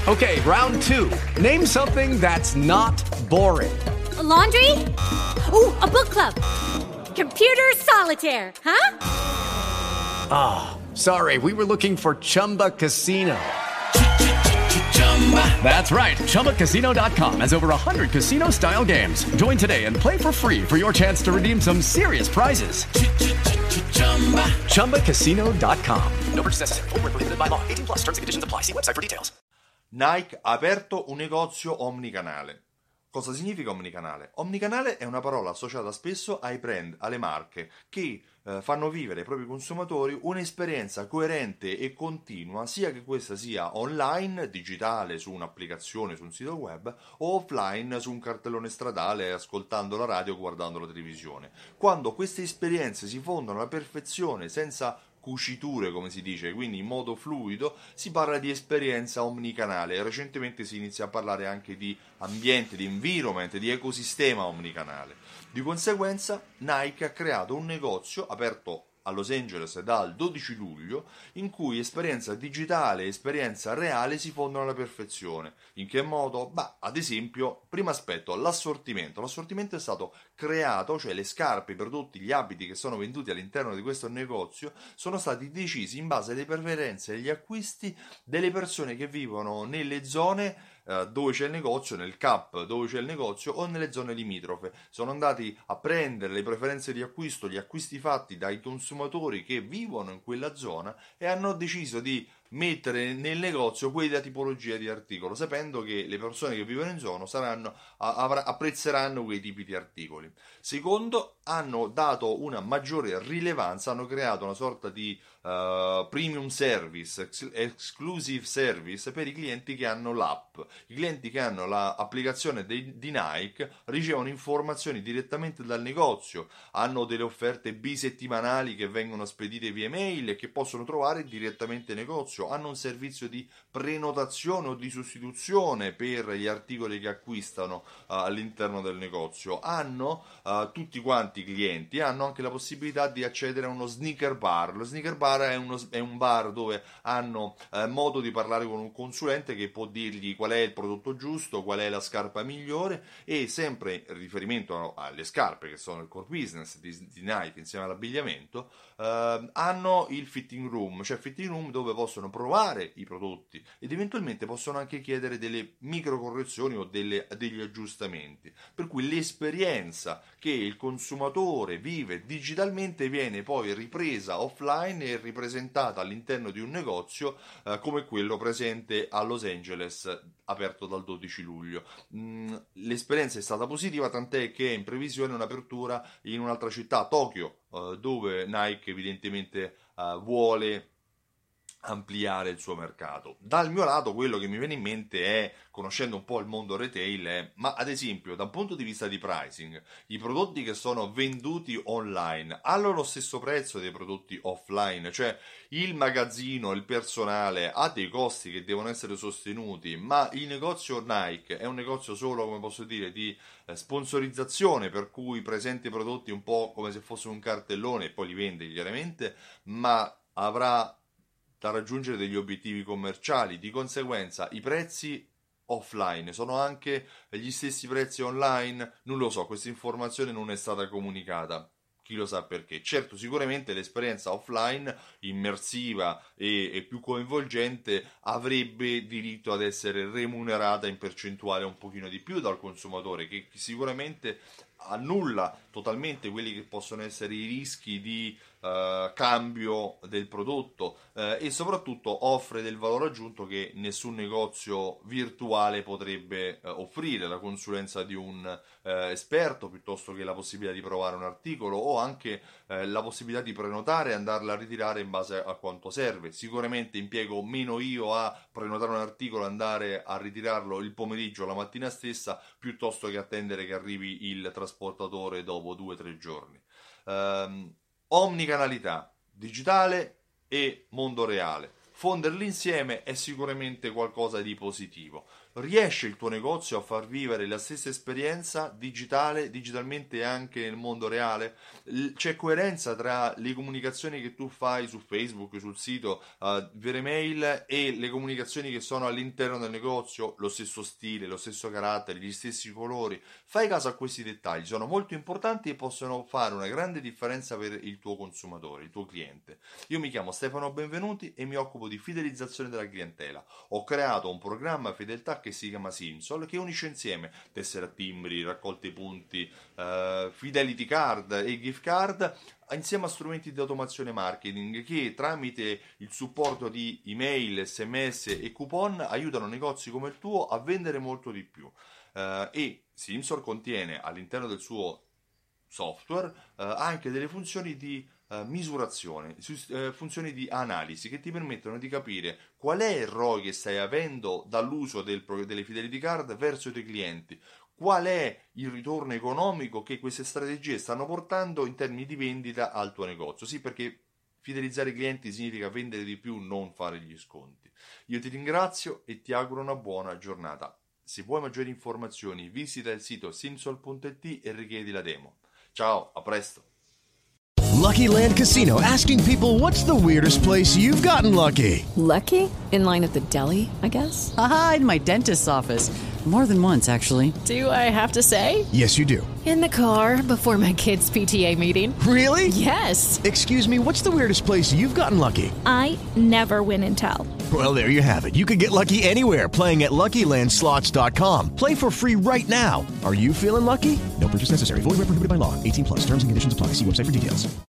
Okay, round two. Name something that's not boring. A laundry? Ooh, a book club. Computer solitaire, huh? Ah, sorry, we were looking for Chumba Casino. That's right, ChumbaCasino.com has over 100 casino-style games. Join today and play for free for your chance to redeem some serious prizes. ChumbaCasino.com. No purchase necessary. Void where prohibited by law. 18+ terms and conditions apply. See website for details. Nike ha aperto un negozio omnicanale. Cosa significa omnicanale? Omnicanale è una parola associata spesso ai brand, alle marche, che fanno vivere ai propri consumatori un'esperienza coerente e continua, sia che questa sia online, digitale, su un'applicazione, su un sito web, o offline, su un cartellone stradale, ascoltando la radio o guardando la televisione. Quando queste esperienze si fondono alla perfezione, senza cuciture, come si dice, quindi in modo fluido, si parla di esperienza omnicanale. Recentemente si inizia a parlare anche di ambiente, di environment, di ecosistema omnicanale. Di conseguenza Nike ha creato un negozio aperto a Los Angeles dal 12 luglio, in cui esperienza digitale e esperienza reale si fondono alla perfezione. In che modo? Ad esempio, primo aspetto, l'assortimento. L'assortimento è stato creato, cioè le scarpe, i prodotti, gli abiti che sono venduti all'interno di questo negozio sono stati decisi in base alle preferenze e agli acquisti delle persone che vivono nelle zone dove c'è il negozio, nel CAP dove c'è il negozio o nelle zone limitrofe. Sono andati a prendere le preferenze di acquisto, gli acquisti fatti dai consumatori che vivono in quella zona e hanno deciso di mettere nel negozio quella tipologia di articolo, sapendo che le persone che vivono in zona apprezzeranno quei tipi di articoli. Secondo, hanno dato una maggiore rilevanza, hanno creato una sorta di premium service, exclusive service per i clienti che hanno l'app. I clienti che hanno l'applicazione di Nike ricevono informazioni direttamente dal negozio, hanno delle offerte bisettimanali che vengono spedite via mail e che possono trovare direttamente in negozio, hanno un servizio di prenotazione o di sostituzione per gli articoli che acquistano all'interno del negozio, hanno tutti quanti i clienti hanno anche la possibilità di accedere a uno sneaker bar. Lo sneaker bar è un bar dove hanno modo di parlare con un consulente che può dirgli qual è il prodotto giusto, qual è la scarpa migliore, e sempre in riferimento alle scarpe, che sono il core business di Nike insieme all'abbigliamento, hanno il fitting room, cioè fitting room dove possono provare i prodotti ed eventualmente possono anche chiedere delle micro correzioni o degli aggiustamenti, per cui l'esperienza che il consumatore vive digitalmente viene poi ripresa offline e ripresentata all'interno di un negozio come quello presente a Los Angeles, aperto dal 12 luglio. L'esperienza è stata positiva, tant'è che è in previsione un'apertura in un'altra città, Tokyo, dove Nike evidentemente vuole ampliare il suo mercato. Dal mio lato, quello che mi viene in mente è, conoscendo un po' il mondo retail, ma ad esempio da un punto di vista di pricing, i prodotti che sono venduti online hanno lo stesso prezzo dei prodotti offline, cioè il magazzino, il personale ha dei costi che devono essere sostenuti, ma il negozio Nike è un negozio solo, come posso dire, di sponsorizzazione, per cui presenta i prodotti un po' come se fosse un cartellone e poi li vende chiaramente, ma avrà da raggiungere degli obiettivi commerciali. Di conseguenza i prezzi offline sono anche gli stessi prezzi online? Non lo so, questa informazione non è stata comunicata, chi lo sa perché. Certo, sicuramente l'esperienza offline immersiva e più coinvolgente avrebbe diritto ad essere remunerata in percentuale un pochino di più dal consumatore, che sicuramente annulla totalmente quelli che possono essere i rischi di cambio del prodotto e soprattutto offre del valore aggiunto che nessun negozio virtuale potrebbe offrire, la consulenza di un esperto, piuttosto che la possibilità di provare un articolo o anche la possibilità di prenotare e andarla a ritirare in base a quanto serve. Sicuramente impiego meno io a prenotare un articolo, andare a ritirarlo il pomeriggio o la mattina stessa, piuttosto che attendere che arrivi il trasportatore dopo 2 o 3 giorni. Omnicanalità, digitale e mondo reale. fonderli insieme è sicuramente qualcosa di positivo. Riesce il tuo negozio a far vivere la stessa esperienza digitalmente anche nel mondo reale? C'è coerenza tra le comunicazioni che tu fai su Facebook, sul sito, per email, e le comunicazioni che sono all'interno del negozio? Lo stesso stile, lo stesso carattere, gli stessi colori? Fai caso a questi dettagli, sono molto importanti e possono fare una grande differenza per il tuo consumatore, il tuo cliente. Io mi chiamo Stefano Benvenuti e mi occupo di fidelizzazione della clientela. Ho creato un programma fedeltà che si chiama Simsol, che unisce insieme tessere a timbri, raccolte punti, fidelity card e gift card, insieme a strumenti di automazione marketing che tramite il supporto di email, sms e coupon aiutano negozi come il tuo a vendere molto di più. E Simsol contiene all'interno del suo software anche delle funzioni di misurazione, funzioni di analisi che ti permettono di capire qual è il ROI che stai avendo dall'uso delle fidelity card verso i tuoi clienti, qual è il ritorno economico che queste strategie stanno portando in termini di vendita al tuo negozio. Sì, perché fidelizzare i clienti significa vendere di più, non fare gli sconti. Io ti ringrazio e ti auguro una buona giornata. Se vuoi maggiori informazioni, visita il sito simsol.it e richiedi la demo. Ciao, a presto. Lucky Land Casino, asking people, what's the weirdest place you've gotten lucky? Lucky? In line at the deli, I guess? Aha, in my dentist's office. More than once, actually. Do I have to say? Yes, you do. In the car before my kids' PTA meeting. Really? Yes. Excuse me, what's the weirdest place you've gotten lucky? I never win and tell. Well, there you have it. You can get lucky anywhere, playing at LuckyLandSlots.com. Play for free right now. Are you feeling lucky? No purchase necessary. Void where prohibited by law. 18+. Terms and conditions apply. See website for details.